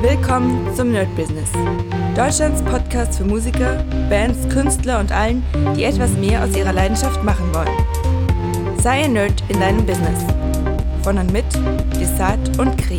Willkommen zum Nerd Business. Deutschlands Podcast für Musiker, Bands, Künstler und allen, die etwas mehr aus ihrer Leidenschaft machen wollen. Sei ein Nerd in deinem Business. Von und mit Desart und Kri.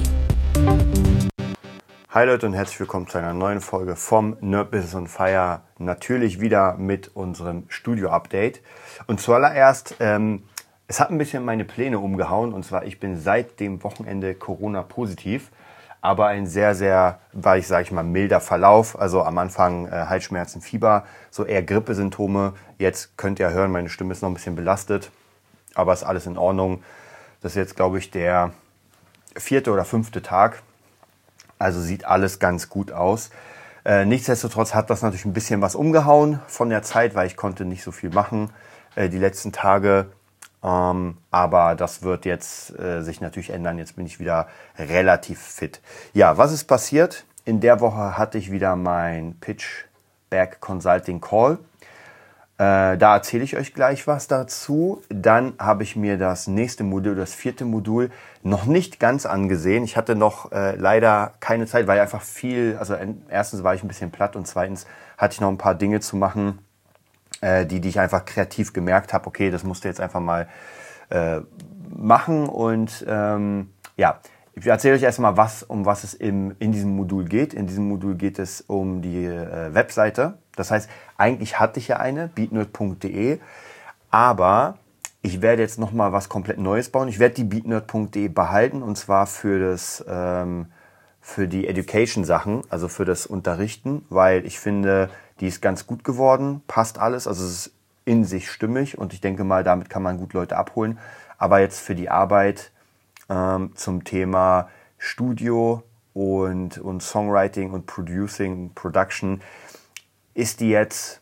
Hi Leute und herzlich willkommen zu einer neuen Folge vom Nerd Business on Fire. Natürlich wieder mit unserem Studio-Update. Und zuallererst, es hat ein bisschen meine Pläne umgehauen. Und zwar, ich bin seit dem Wochenende Corona-positiv. Aber ein sehr, sage ich mal, milder Verlauf. Also am Anfang Halsschmerzen, Fieber, so eher Grippesymptome. Jetzt könnt ihr hören, meine Stimme ist noch ein bisschen belastet. Aber ist alles in Ordnung. Das ist jetzt, glaube ich, der 4. oder 5. Tag. Also sieht alles ganz gut aus. Nichtsdestotrotz hat das natürlich ein bisschen was umgehauen von der Zeit, weil ich konnte nicht so viel machen die letzten Tage. Aber das wird jetzt sich natürlich ändern. Jetzt bin ich wieder relativ fit. Ja, was ist passiert? In der Woche hatte ich wieder mein Pitchback Consulting Call. Da erzähle ich euch gleich was dazu. Dann habe ich mir das nächste Modul, das 4. Modul, noch nicht ganz angesehen. Ich hatte noch leider keine Zeit, weil einfach viel, also erstens war ich ein bisschen platt und zweitens hatte ich noch ein paar Dinge zu machen, die ich einfach kreativ gemerkt habe, okay, das musst du jetzt einfach mal machen. Und ja, ich erzähle euch erstmal, um was es in diesem Modul geht. In diesem Modul geht es um die Webseite. Das heißt, eigentlich hatte ich ja eine, beatnerd.de, aber ich werde jetzt nochmal was komplett Neues bauen. Ich werde die beatnerd.de behalten und zwar für die Education-Sachen, also für das Unterrichten, weil ich finde, die ist ganz gut geworden, passt alles, also es ist in sich stimmig und ich denke mal, damit kann man gut Leute abholen. Aber jetzt für die Arbeit zum Thema Studio und Songwriting und Production ist die jetzt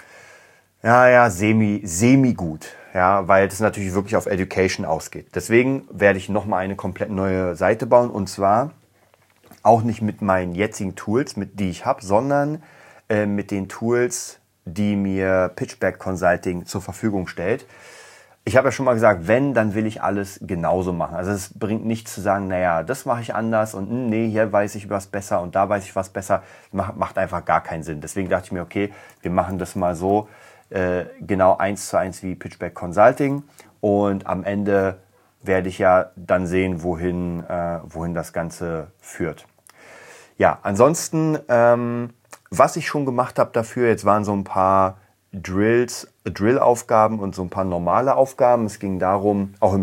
semi gut, ja, weil das natürlich wirklich auf Education ausgeht. Deswegen werde ich nochmal eine komplett neue Seite bauen und zwar auch nicht mit meinen jetzigen Tools, die ich habe, sondern mit den Tools, die mir Pitchback Consulting zur Verfügung stellt. Ich habe ja schon mal gesagt, dann will ich alles genauso machen. Also es bringt nichts zu sagen, naja, das mache ich anders und nee, hier weiß ich was besser und da weiß ich was besser. Macht einfach gar keinen Sinn. Deswegen dachte ich mir, okay, wir machen das mal so, genau 1:1 wie Pitchback Consulting und am Ende werde ich ja dann sehen, wohin das Ganze führt. Ja, ansonsten, was ich schon gemacht habe dafür, jetzt waren so ein paar Drill-Aufgaben und so ein paar normale Aufgaben. Es ging darum, auch in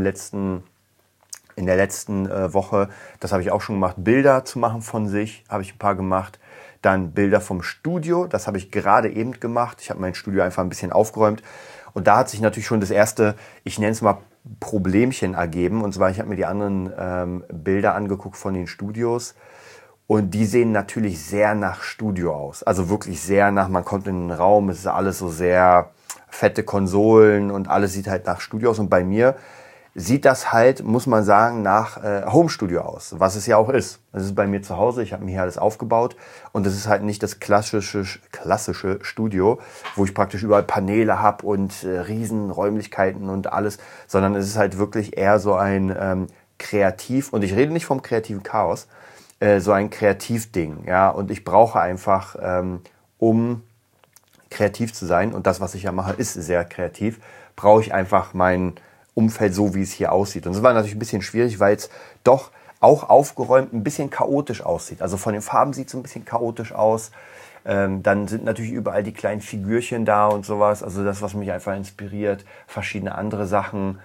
der letzten Woche, das habe ich auch schon gemacht, Bilder zu machen von sich, habe ich ein paar gemacht. Dann Bilder vom Studio, das habe ich gerade eben gemacht. Ich habe mein Studio einfach ein bisschen aufgeräumt. Und da hat sich natürlich schon das erste, ich nenne es mal Problemchen ergeben. Und zwar, ich habe mir die anderen Bilder angeguckt von den Studios. Und die sehen natürlich sehr nach Studio aus. Also wirklich sehr nach, man kommt in den Raum, es ist alles so sehr fette Konsolen und alles sieht halt nach Studio aus. Und bei mir sieht das halt, muss man sagen, nach Homestudio aus, was es ja auch ist. Das ist bei mir zu Hause, ich habe mir hier alles aufgebaut und das ist halt nicht das klassische Studio, wo ich praktisch überall Paneele habe und riesen Räumlichkeiten und alles, sondern es ist halt wirklich eher so ein Kreativ, und ich rede nicht vom kreativen Chaos, so ein Kreativding, ja, und ich brauche einfach, um kreativ zu sein, und das, was ich ja mache, ist sehr kreativ, brauche ich einfach mein Umfeld so, wie es hier aussieht. Und das war natürlich ein bisschen schwierig, weil es doch auch aufgeräumt ein bisschen chaotisch aussieht. Also von den Farben sieht es ein bisschen chaotisch aus. Dann sind natürlich überall die kleinen Figürchen da und sowas, also das, was mich einfach inspiriert, verschiedene andere Sachen.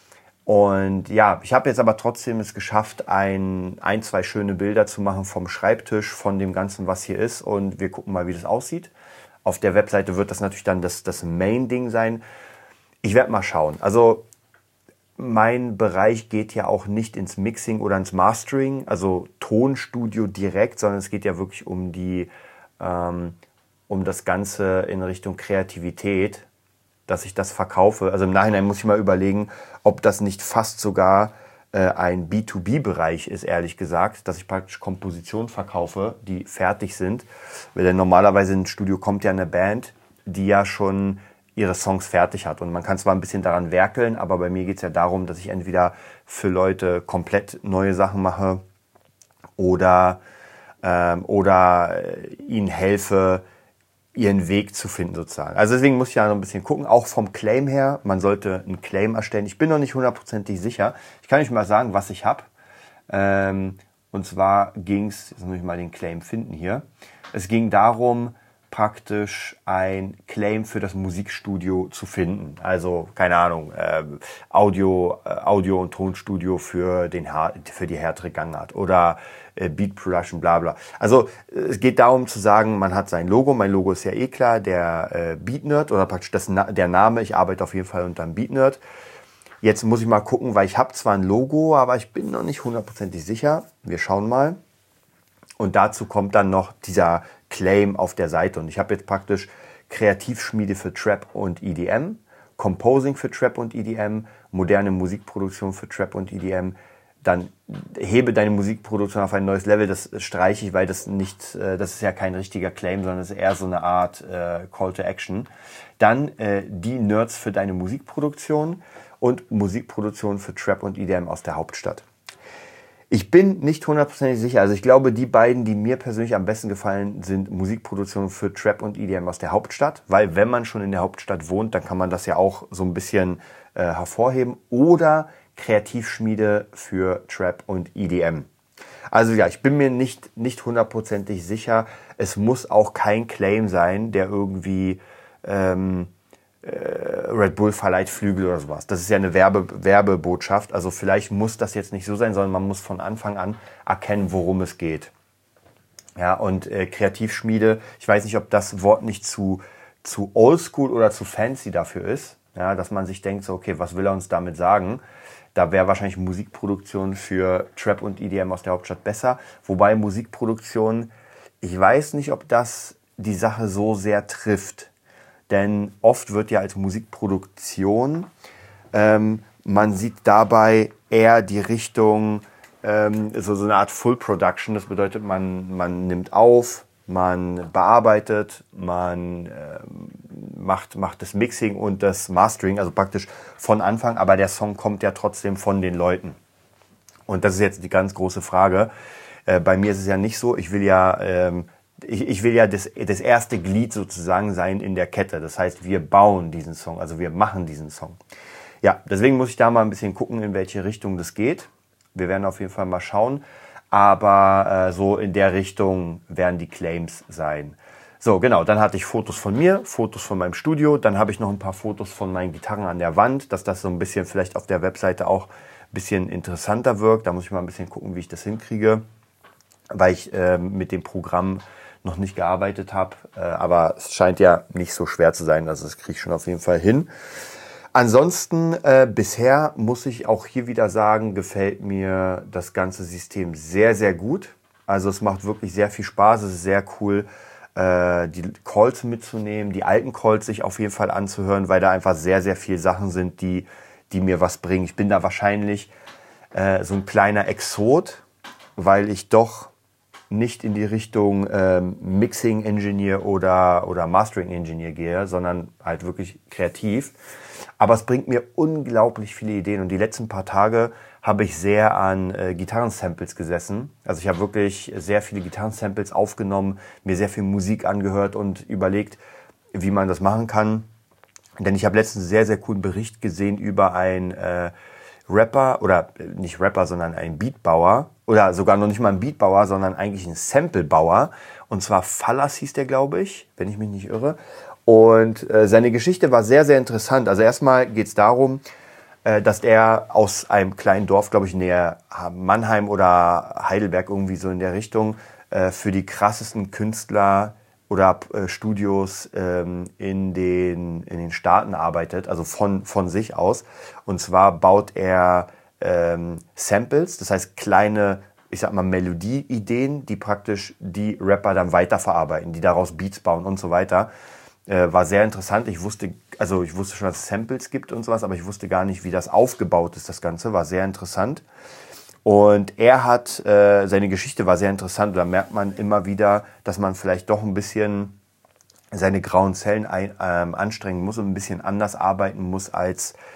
Und ja, ich habe jetzt aber trotzdem es geschafft, zwei schöne Bilder zu machen vom Schreibtisch, von dem Ganzen, was hier ist. Und wir gucken mal, wie das aussieht. Auf der Webseite wird das natürlich dann das Main-Ding sein. Ich werde mal schauen. Also mein Bereich geht ja auch nicht ins Mixing oder ins Mastering, also Tonstudio direkt, sondern es geht ja wirklich um das Ganze in Richtung Kreativität, dass ich das verkaufe. Also im Nachhinein muss ich mal überlegen, ob das nicht fast sogar ein B2B-Bereich ist, ehrlich gesagt, dass ich praktisch Kompositionen verkaufe, die fertig sind. Weil normalerweise ins Studio kommt ja eine Band, die ja schon ihre Songs fertig hat. Und man kann zwar ein bisschen daran werkeln, aber bei mir geht es ja darum, dass ich entweder für Leute komplett neue Sachen mache oder oder ihnen helfe, ihren Weg zu finden sozusagen. Also deswegen muss ich da noch ein bisschen gucken, auch vom Claim her. Man sollte einen Claim erstellen. Ich bin noch nicht hundertprozentig sicher. Ich kann euch mal sagen, was ich habe. Und zwar ging es, jetzt muss ich mal den Claim finden hier. Es ging darum, praktisch ein Claim für das Musikstudio zu finden. Also, keine Ahnung, Audio und Tonstudio für die härtere Gangart oder Beat Production, bla bla. Also, es geht darum zu sagen, man hat sein Logo. Mein Logo ist ja eh klar, der Beat Nerd oder praktisch der Name. Ich arbeite auf jeden Fall unter dem Beat Nerd. Jetzt muss ich mal gucken, weil ich habe zwar ein Logo, aber ich bin noch nicht hundertprozentig sicher. Wir schauen mal. Und dazu kommt dann noch dieser Claim auf der Seite. Und ich habe jetzt praktisch Kreativschmiede für Trap und EDM, Composing für Trap und EDM, moderne Musikproduktion für Trap und EDM. Dann hebe deine Musikproduktion auf ein neues Level. Das streiche ich, weil das ist ja kein richtiger Claim, sondern es ist eher so eine Art Call to Action. Dann die Nerds für deine Musikproduktion und Musikproduktion für Trap und EDM aus der Hauptstadt. Ich bin nicht hundertprozentig sicher. Also ich glaube, die beiden, die mir persönlich am besten gefallen, sind Musikproduktionen für Trap und EDM aus der Hauptstadt. Weil wenn man schon in der Hauptstadt wohnt, dann kann man das ja auch so ein bisschen hervorheben. Oder Kreativschmiede für Trap und EDM. Also ja, ich bin mir nicht hundertprozentig sicher. Es muss auch kein Claim sein, der irgendwie Red Bull verleiht Flügel oder sowas. Das ist ja eine Werbebotschaft. Also vielleicht muss das jetzt nicht so sein, sondern man muss von Anfang an erkennen, worum es geht. Ja, und Kreativschmiede, ich weiß nicht, ob das Wort nicht zu oldschool oder zu fancy dafür ist. Ja, dass man sich denkt, so, okay, was will er uns damit sagen? Da wäre wahrscheinlich Musikproduktion für Trap und EDM aus der Hauptstadt besser. Wobei Musikproduktion, ich weiß nicht, ob das die Sache so sehr trifft. Denn oft wird ja als Musikproduktion, man sieht dabei eher die Richtung, so eine Art Full Production. Das bedeutet, man nimmt auf, man bearbeitet, man macht das Mixing und das Mastering, also praktisch von Anfang, aber der Song kommt ja trotzdem von den Leuten. Und das ist jetzt die ganz große Frage. Bei mir ist es ja nicht so, ich will ja das erste Glied sozusagen sein in der Kette. Das heißt, wir bauen diesen Song, also wir machen diesen Song. Ja, deswegen muss ich da mal ein bisschen gucken, in welche Richtung das geht. Wir werden auf jeden Fall mal schauen. Aber so in der Richtung werden die Claims sein. So, genau, dann hatte ich Fotos von mir, Fotos von meinem Studio. Dann habe ich noch ein paar Fotos von meinen Gitarren an der Wand, dass das so ein bisschen vielleicht auf der Webseite auch ein bisschen interessanter wirkt. Da muss ich mal ein bisschen gucken, wie ich das hinkriege, weil ich mit dem Programm noch nicht gearbeitet habe, aber es scheint ja nicht so schwer zu sein, also das kriege ich schon auf jeden Fall hin. Ansonsten, bisher muss ich auch hier wieder sagen, gefällt mir das ganze System sehr, sehr gut. Also es macht wirklich sehr viel Spaß, es ist sehr cool, die Calls mitzunehmen, die alten Calls sich auf jeden Fall anzuhören, weil da einfach sehr, sehr viele Sachen sind, die mir was bringen. Ich bin da wahrscheinlich so ein kleiner Exot, weil ich doch nicht in die Richtung Mixing Engineer oder Mastering Engineer gehe, sondern halt wirklich kreativ. Aber es bringt mir unglaublich viele Ideen und die letzten paar Tage habe ich sehr an Gitarrensamples gesessen. Also ich habe wirklich sehr viele Gitarrensamples aufgenommen, mir sehr viel Musik angehört und überlegt, wie man das machen kann. Denn ich habe letztens einen sehr, sehr coolen Bericht gesehen über einen Rapper, oder nicht Rapper, sondern einen Beatbauer, oder sogar noch nicht mal ein Beatbauer, sondern eigentlich ein Samplebauer. Und zwar Fallas hieß der, glaube ich, wenn ich mich nicht irre. Und seine Geschichte war sehr, sehr interessant. Also erstmal geht es darum, dass er aus einem kleinen Dorf, glaube ich, näher Mannheim oder Heidelberg, irgendwie so in der Richtung, für die krassesten Künstler oder Studios in den Staaten arbeitet, also von sich aus. Und zwar baut er Samples, das heißt kleine, ich sag mal, Melodie-Ideen, die praktisch die Rapper dann weiterverarbeiten, die daraus Beats bauen und so weiter. War sehr interessant. Ich wusste schon, dass es Samples gibt und sowas, aber ich wusste gar nicht, wie das aufgebaut ist, das Ganze. War sehr interessant. Und er hat, seine Geschichte war sehr interessant. Da merkt man immer wieder, dass man vielleicht doch ein bisschen seine grauen Zellen anstrengen muss und ein bisschen anders arbeiten muss als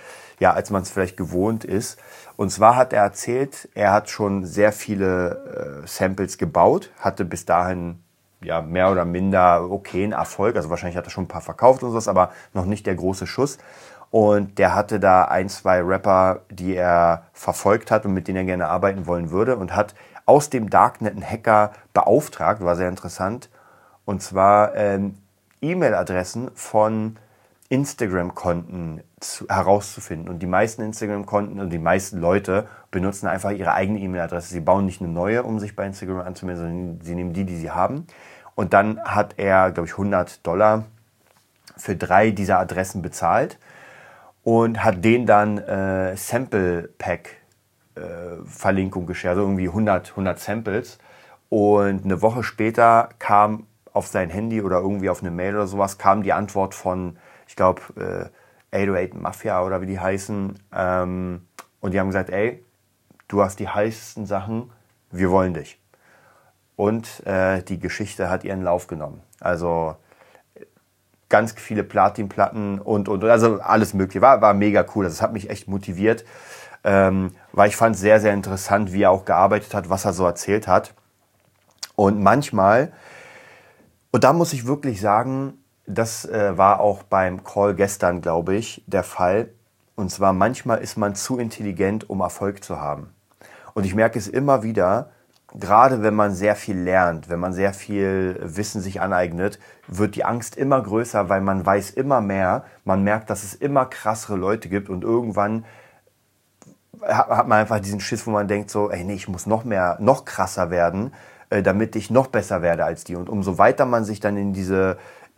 als man es vielleicht gewohnt ist. Und zwar hat er erzählt, er hat schon sehr viele Samples gebaut, hatte bis dahin mehr oder minder okayen Erfolg. Also wahrscheinlich hat er schon ein paar verkauft und sowas, aber noch nicht der große Schuss. Und der hatte da 1, 2 Rapper, die er verfolgt hat und mit denen er gerne arbeiten wollen würde und hat aus dem Darknet einen Hacker beauftragt, war sehr interessant, und zwar E-Mail-Adressen von Instagram-Konten herauszufinden. Und die meisten Instagram-Konten und die meisten Leute benutzen einfach ihre eigene E-Mail-Adresse. Sie bauen nicht eine neue, um sich bei Instagram anzumelden, sondern sie nehmen die sie haben. Und dann hat er, glaube ich, $100 für 3 dieser Adressen bezahlt und hat denen dann Sample-Pack-Verlinkung geschert, also irgendwie 100 Samples. Und eine Woche später kam auf sein Handy oder irgendwie auf eine Mail oder sowas, kam die Antwort von, ich glaube, 808 Mafia oder wie die heißen. Und die haben gesagt, ey, du hast die heißesten Sachen, wir wollen dich. Und die Geschichte hat ihren Lauf genommen. Also ganz viele Platinplatten und also alles mögliche. War mega cool. Das hat mich echt motiviert, weil ich fand es sehr, sehr interessant, wie er auch gearbeitet hat, was er so erzählt hat. Und manchmal, und da muss ich wirklich sagen, das war auch beim Call gestern, glaube ich, der Fall. Und zwar manchmal ist man zu intelligent, um Erfolg zu haben. Und ich merke es immer wieder, gerade wenn man sehr viel lernt, wenn man sehr viel Wissen sich aneignet, wird die Angst immer größer, weil man weiß immer mehr. Man merkt, dass es immer krassere Leute gibt und irgendwann hat man einfach diesen Schiss, wo man denkt so, ey, nee, ich muss noch krasser werden, damit ich noch besser werde als die. Und umso weiter man sich dann in diese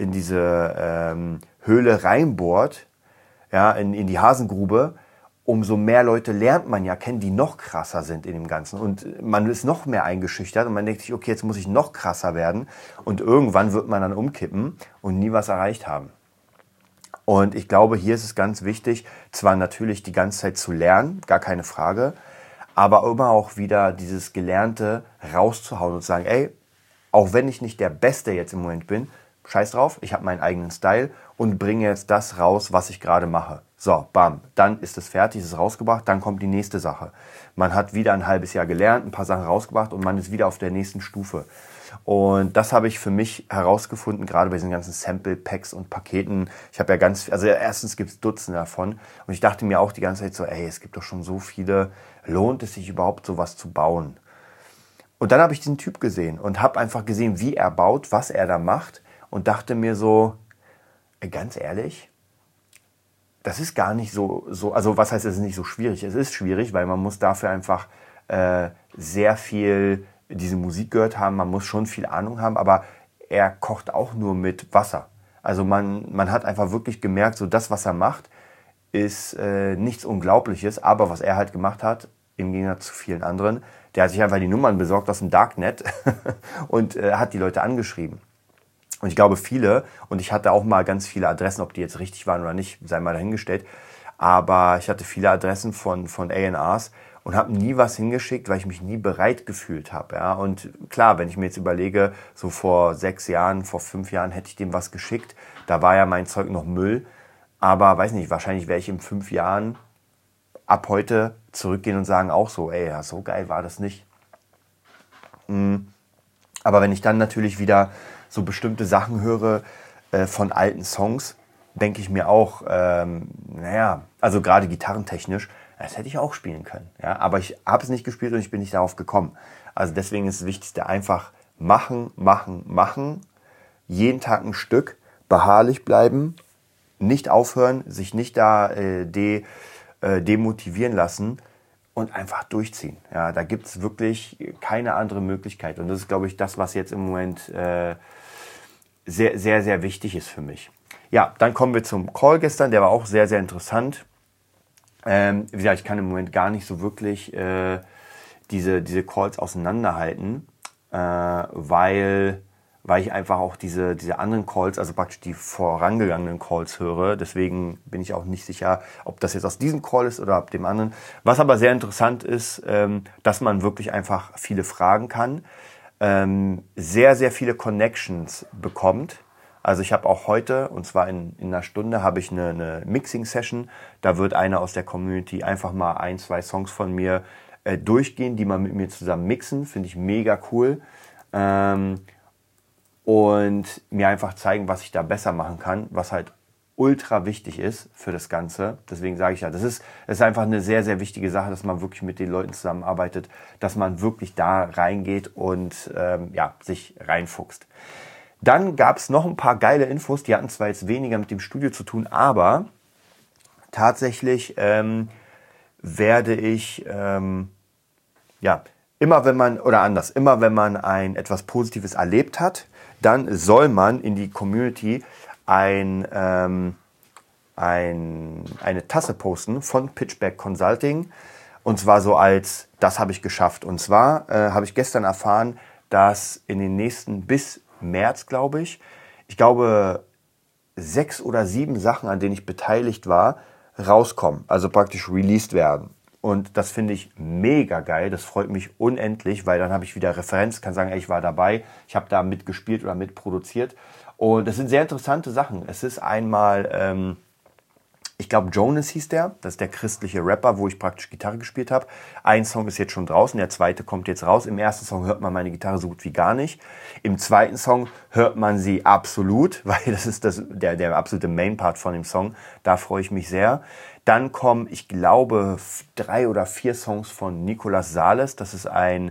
Höhle reinbohrt, in die Hasengrube, umso mehr Leute lernt man ja kennen, die noch krasser sind in dem Ganzen. Und man ist noch mehr eingeschüchtert und man denkt sich, okay, jetzt muss ich noch krasser werden. Und irgendwann wird man dann umkippen und nie was erreicht haben. Und ich glaube, hier ist es ganz wichtig, zwar natürlich die ganze Zeit zu lernen, gar keine Frage, aber immer auch wieder dieses Gelernte rauszuhauen und zu sagen, ey, auch wenn ich nicht der Beste jetzt im Moment bin, scheiß drauf, ich habe meinen eigenen Style und bringe jetzt das raus, was ich gerade mache. So, bam, dann ist es fertig, ist es rausgebracht, dann kommt die nächste Sache. Man hat wieder ein halbes Jahr gelernt, ein paar Sachen rausgebracht und man ist wieder auf der nächsten Stufe. Und das habe ich für mich herausgefunden, gerade bei diesen ganzen Sample-Packs und Paketen. Ich habe ja erstens gibt es Dutzende davon und ich dachte mir auch die ganze Zeit so, ey, es gibt doch schon so viele, lohnt es sich überhaupt sowas zu bauen? Und dann habe ich diesen Typ gesehen und habe einfach gesehen, wie er baut, was er da macht und dachte mir so, ganz ehrlich, das ist gar nicht so, also was heißt, es ist nicht so schwierig? Es ist schwierig, weil man muss dafür einfach sehr viel diese Musik gehört haben, man muss schon viel Ahnung haben, aber er kocht auch nur mit Wasser. Also man hat einfach wirklich gemerkt, so das, was er macht, ist nichts Unglaubliches, aber was er halt gemacht hat, im Gegensatz zu vielen anderen, der hat sich einfach die Nummern besorgt aus dem Darknet und hat die Leute angeschrieben. Und ich glaube viele, und ich hatte auch mal ganz viele Adressen, ob die jetzt richtig waren oder nicht, sei mal dahingestellt, aber ich hatte viele Adressen von A&Rs und habe nie was hingeschickt, weil ich mich nie bereit gefühlt habe. Ja? Und klar, wenn ich mir jetzt überlege, so vor 6 Jahren, vor 5 Jahren hätte ich dem was geschickt, da war ja mein Zeug noch Müll, aber weiß nicht, wahrscheinlich wäre ich in 5 Jahren ab heute zurückgehen und sagen auch so, ey, ja, so geil war das nicht. Aber wenn ich dann natürlich wieder so bestimmte Sachen höre von alten Songs, denke ich mir auch, also gerade gitarrentechnisch, das hätte ich auch spielen können. Ja? Aber ich habe es nicht gespielt und ich bin nicht darauf gekommen. Also deswegen ist das Wichtigste einfach machen. Jeden Tag ein Stück, beharrlich bleiben, nicht aufhören, sich nicht da demotivieren lassen und einfach durchziehen. Ja, da gibt es wirklich keine andere Möglichkeit. Und das ist, glaube ich, das, was jetzt im Moment sehr, sehr, sehr wichtig ist für mich. Ja, dann kommen wir zum Call gestern. Der war auch sehr, sehr interessant. Wie gesagt, ich kann im Moment gar nicht so wirklich diese Calls auseinanderhalten, weil ich einfach auch diese anderen Calls, also praktisch die vorangegangenen Calls höre. Deswegen bin ich auch nicht sicher, ob das jetzt aus diesem Call ist oder ab dem anderen. Was aber sehr interessant ist, dass man wirklich einfach viele fragen kann, sehr, sehr viele Connections bekommt. Also ich habe auch heute, und zwar in einer Stunde, habe ich eine Mixing-Session. Da wird einer aus der Community einfach mal 1, 2 Songs von mir durchgehen, die mal mit mir zusammen mixen. Finde ich mega cool. Und mir einfach zeigen, was ich da besser machen kann, was halt ultra wichtig ist für das Ganze. Deswegen sage ich ja, das ist einfach eine sehr, sehr wichtige Sache, dass man wirklich mit den Leuten zusammenarbeitet, dass man wirklich da reingeht und sich reinfuchst. Dann gab es noch ein paar geile Infos, die hatten zwar jetzt weniger mit dem Studio zu tun, aber tatsächlich werde ich, immer wenn man ein etwas Positives erlebt hat, dann soll man in die Community eine Tasse posten von Pitchback Consulting. Und zwar so als, das habe ich geschafft. Und zwar habe ich gestern erfahren, dass in den nächsten, bis März, glaube ich 6 oder 7 Sachen, an denen ich beteiligt war, rauskommen. Also praktisch released werden. Und das finde ich mega geil. Das freut mich unendlich, weil dann habe ich wieder Referenz, kann sagen, ey, ich war dabei, ich habe da mitgespielt oder mitproduziert. Und das sind sehr interessante Sachen. Es ist einmal, ich glaube Jonas hieß der, das ist der christliche Rapper, wo ich praktisch Gitarre gespielt habe. Ein Song ist jetzt schon draußen, der zweite kommt jetzt raus. Im ersten Song hört man meine Gitarre so gut wie gar nicht. Im zweiten Song hört man sie absolut, weil das ist der absolute Main-Part von dem Song. Da freue ich mich sehr. Dann kommen, ich glaube, 3 oder 4 Songs von Nicolas Sales. Das ist ein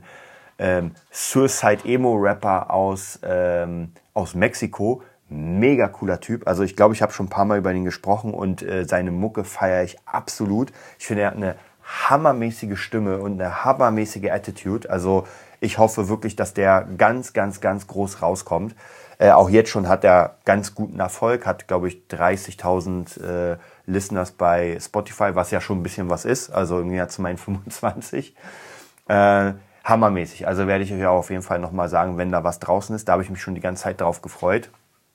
Suicide-Emo-Rapper aus Mexiko. Mega cooler Typ. Also ich glaube, ich habe schon ein paar Mal über ihn gesprochen und seine Mucke feiere ich absolut. Ich finde, er hat eine hammermäßige Stimme und eine hammermäßige Attitude. Also ich hoffe wirklich, dass der ganz, ganz, ganz groß rauskommt. Auch jetzt schon hat er ganz guten Erfolg, hat, glaube ich, 30.000 Listeners bei Spotify, was ja schon ein bisschen was ist, also im Jahr zu meinen 25. Hammermäßig. Also werde ich euch auch auf jeden Fall nochmal sagen, wenn da was draußen ist. Da habe ich mich schon die ganze Zeit drauf gefreut.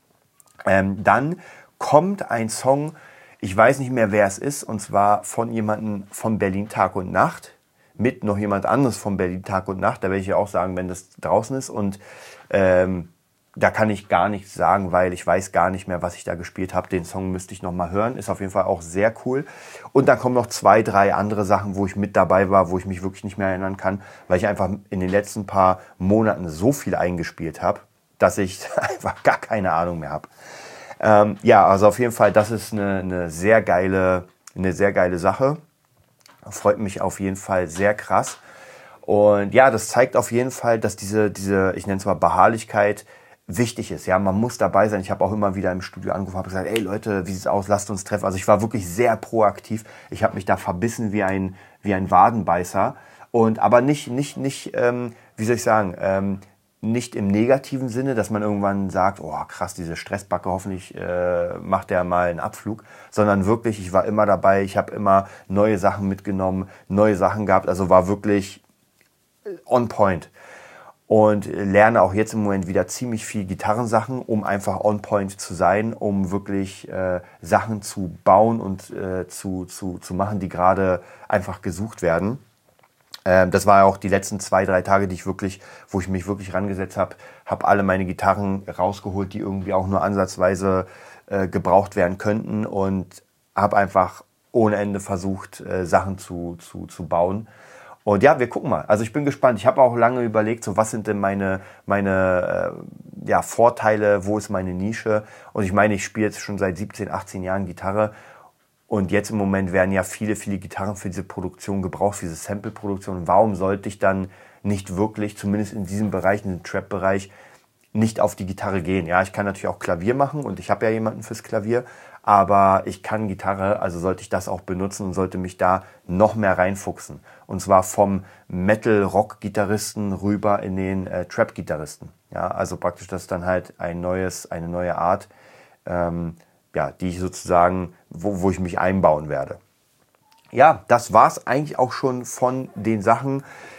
Dann kommt ein Song, ich weiß nicht mehr, wer es ist, und zwar von jemandem von Berlin Tag und Nacht, mit noch jemand anderes von Berlin Tag und Nacht. Da werde ich ja auch sagen, wenn das draußen ist. Und da kann ich gar nichts sagen, weil ich weiß gar nicht mehr, was ich da gespielt habe. Den Song müsste ich nochmal hören. Ist auf jeden Fall auch sehr cool. Und dann kommen noch 2, 3 andere Sachen, wo ich mit dabei war, wo ich mich wirklich nicht mehr erinnern kann, weil ich einfach in den letzten paar Monaten so viel eingespielt habe, dass ich einfach gar keine Ahnung mehr habe. Also auf jeden Fall, das ist eine sehr geile Sache. Freut mich auf jeden Fall sehr krass. Und ja, das zeigt auf jeden Fall, dass diese ich nenne es mal Beharrlichkeit, wichtig ist. Ja, man muss dabei sein. Ich habe auch immer wieder im Studio angerufen, habe gesagt, ey Leute, wie sieht's aus? Lasst uns treffen. Also ich war wirklich sehr proaktiv. Ich habe mich da verbissen wie ein Wadenbeißer. Aber nicht, wie soll ich sagen, nicht im negativen Sinne, dass man irgendwann sagt, oh krass, diese Stressbacke, hoffentlich macht der mal einen Abflug, sondern wirklich, ich war immer dabei, ich habe immer neue Sachen mitgenommen, neue Sachen gehabt, also war wirklich on point. Und lerne auch jetzt im Moment wieder ziemlich viel Gitarrensachen, um einfach on point zu sein, um wirklich Sachen zu bauen und zu machen, die gerade einfach gesucht werden. Das war ja auch die letzten 2, 3 Tage, wo ich mich wirklich rangesetzt habe, habe alle meine Gitarren rausgeholt, die irgendwie auch nur ansatzweise gebraucht werden könnten und habe einfach ohne Ende versucht, Sachen zu bauen. Und ja, wir gucken mal. Also ich bin gespannt. Ich habe auch lange überlegt, so was sind denn meine Vorteile, wo ist meine Nische? Und ich meine, ich spiele jetzt schon seit 17, 18 Jahren Gitarre. Und jetzt im Moment werden ja viele, viele Gitarren für diese Produktion gebraucht, für diese Sample-Produktion. Warum sollte ich dann nicht wirklich, zumindest in diesem Bereich, in dem Trap-Bereich, nicht auf die Gitarre gehen? Ja, ich kann natürlich auch Klavier machen und ich habe ja jemanden fürs Klavier, aber ich kann Gitarre, also sollte ich das auch benutzen und sollte mich da noch mehr reinfuchsen. Und zwar vom Metal-Rock-Gitarristen rüber in den Trap-Gitarristen. Ja, also praktisch das ist dann halt eine neue Art, die ich sozusagen, wo ich mich einbauen werde. Ja, das war's eigentlich auch schon von den Sachen.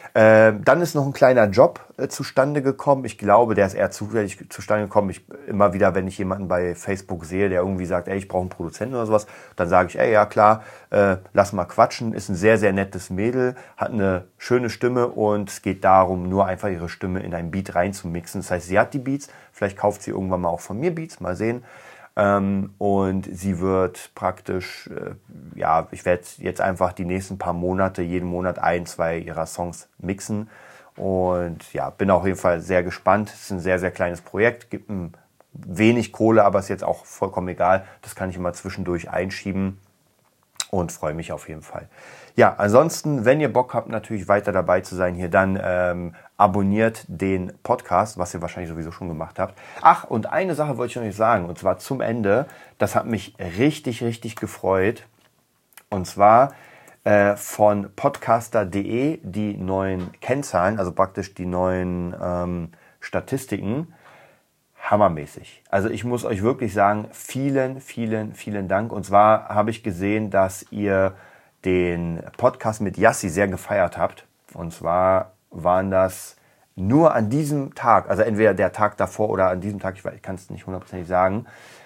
Dann ist noch ein kleiner Job zustande gekommen. Ich glaube, der ist eher zufällig zustande gekommen. Immer wieder, wenn ich jemanden bei Facebook sehe, der irgendwie sagt, ey, ich brauche einen Produzenten oder sowas, dann sage ich, ey, ja klar, lass mal quatschen. Ist ein sehr, sehr nettes Mädel, hat eine schöne Stimme und es geht darum, nur einfach ihre Stimme in ein Beat reinzumixen. Das heißt, sie hat die Beats, vielleicht kauft sie irgendwann mal auch von mir Beats, mal sehen. Und sie wird praktisch, ich werde jetzt einfach die nächsten paar Monate, jeden Monat 1, 2 ihrer Songs mixen. Und ja, bin auf jeden Fall sehr gespannt. Es ist ein sehr, sehr kleines Projekt, gibt wenig Kohle, aber ist jetzt auch vollkommen egal. Das kann ich immer zwischendurch einschieben und freue mich auf jeden Fall. Ja, ansonsten, wenn ihr Bock habt, natürlich weiter dabei zu sein hier, dann abonniert den Podcast, was ihr wahrscheinlich sowieso schon gemacht habt. Ach, und eine Sache wollte ich noch nicht sagen, und zwar zum Ende. Das hat mich richtig, richtig gefreut. Und zwar von podcaster.de die neuen Kennzahlen, also praktisch die neuen Statistiken. Hammermäßig. Also ich muss euch wirklich sagen, vielen, vielen, vielen Dank. Und zwar habe ich gesehen, dass ihr den Podcast mit Yassi sehr gefeiert habt. Und zwar waren das nur an diesem Tag, also entweder der Tag davor oder an diesem Tag, ich kann es nicht hundertprozentig sagen,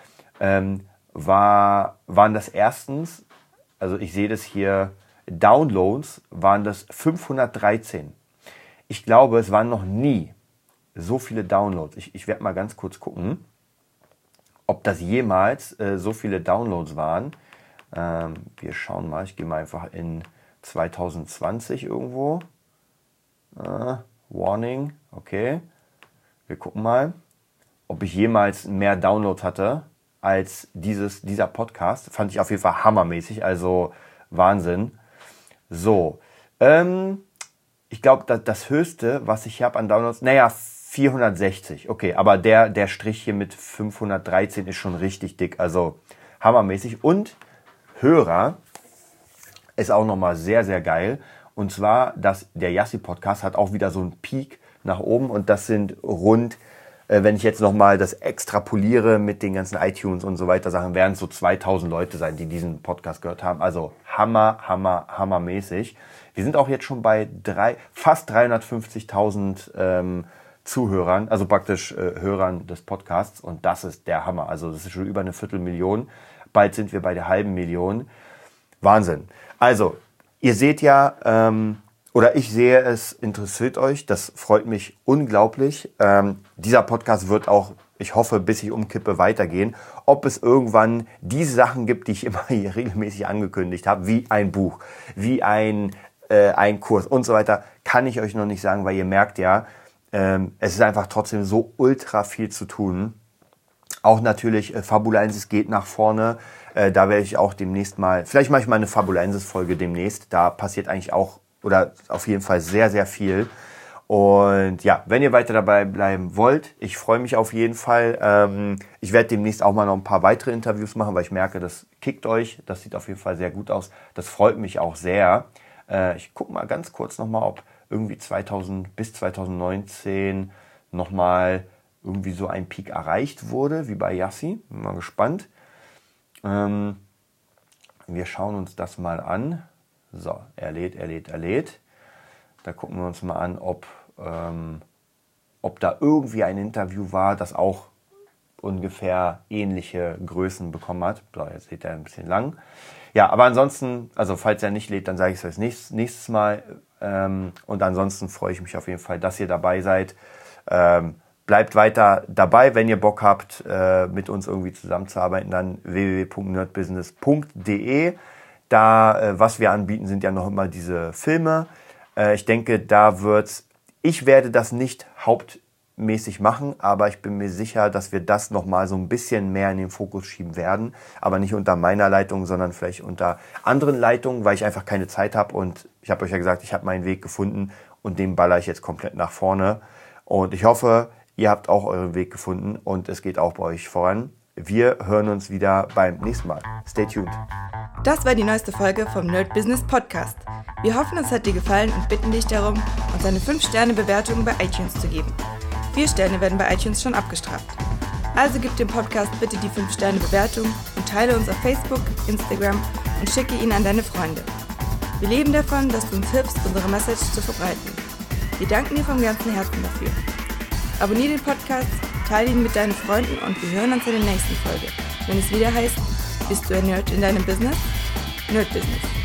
waren das erstens, also ich sehe das hier, Downloads waren das 513. Ich glaube, es waren noch nie so viele Downloads. Ich werde mal ganz kurz gucken, ob das jemals so viele Downloads waren. Wir schauen mal, ich gehe mal einfach in 2020 irgendwo. Warning, okay. Wir gucken mal, ob ich jemals mehr Downloads hatte als dieser Podcast. Fand ich auf jeden Fall hammermäßig, also Wahnsinn. So, ich glaube, das höchste, was ich habe an Downloads, 460, okay, aber der Strich hier mit 513 ist schon richtig dick, also hammermäßig. Und Hörer ist auch nochmal sehr, sehr geil. Und zwar, der Yassi-Podcast hat auch wieder so einen Peak nach oben und das sind rund, wenn ich jetzt nochmal das extrapoliere mit den ganzen iTunes und so weiter Sachen, werden es so 2000 Leute sein, die diesen Podcast gehört haben. Also hammermäßig. Wir sind auch jetzt schon bei fast 350.000 Zuhörern, also praktisch Hörern des Podcasts und das ist der Hammer. Also das ist schon über 250.000. Bald sind wir bei der 500.000. Wahnsinn. Also, ihr seht ja, oder ich sehe es, interessiert euch. Das freut mich unglaublich. Dieser Podcast wird auch, ich hoffe, bis ich umkippe, weitergehen. Ob es irgendwann diese Sachen gibt, die ich immer hier regelmäßig angekündigt habe, wie ein Buch, wie ein Kurs und so weiter, kann ich euch noch nicht sagen, weil ihr merkt ja, es ist einfach trotzdem so ultra viel zu tun. Auch natürlich Fabulensis geht nach vorne. Da werde ich auch demnächst vielleicht mache ich mal eine Fabulensis-Folge demnächst. Da passiert eigentlich auch, oder auf jeden Fall sehr, sehr viel. Und ja, wenn ihr weiter dabei bleiben wollt, ich freue mich auf jeden Fall. Ich werde demnächst auch mal noch ein paar weitere Interviews machen, weil ich merke, das kickt euch. Das sieht auf jeden Fall sehr gut aus. Das freut mich auch sehr. Ich gucke mal ganz kurz nochmal, ob irgendwie bis 2019 nochmal irgendwie so ein Peak erreicht wurde, wie bei Yassi. Bin mal gespannt. Wir schauen uns das mal an. So, er lädt. Da gucken wir uns mal an, ob da irgendwie ein Interview war, das auch ungefähr ähnliche Größen bekommen hat. So, jetzt lädt er ein bisschen lang. Ja, aber ansonsten, also falls er nicht lädt, dann sage ich es euch nächstes Mal. Und ansonsten freue ich mich auf jeden Fall, dass ihr dabei seid. Bleibt weiter dabei, wenn ihr Bock habt, mit uns irgendwie zusammenzuarbeiten, dann www.nerdbusiness.de. Da, was wir anbieten, sind ja noch immer diese Filme. Ich denke, ich werde das nicht hauptmäßig machen, aber ich bin mir sicher, dass wir das nochmal so ein bisschen mehr in den Fokus schieben werden. Aber nicht unter meiner Leitung, sondern vielleicht unter anderen Leitungen, weil ich einfach keine Zeit habe. Und ich habe euch ja gesagt, ich habe meinen Weg gefunden und den baller ich jetzt komplett nach vorne. Und ich hoffe, ihr habt auch euren Weg gefunden und es geht auch bei euch voran. Wir hören uns wieder beim nächsten Mal. Stay tuned. Das war die neueste Folge vom Nerd Business Podcast. Wir hoffen, es hat dir gefallen und bitten dich darum, uns eine 5-Sterne-Bewertung bei iTunes zu geben. 4 Sterne werden bei iTunes schon abgestraft. Also gib dem Podcast bitte die 5-Sterne-Bewertung und teile uns auf Facebook, Instagram und schicke ihn an deine Freunde. Wir leben davon, dass du uns hilfst, unsere Message zu verbreiten. Wir danken dir vom ganzen Herzen dafür. Abonniere den Podcast, teile ihn mit deinen Freunden und wir hören uns in der nächsten Folge, wenn es wieder heißt, bist du ein Nerd in deinem Business? Nerd Business.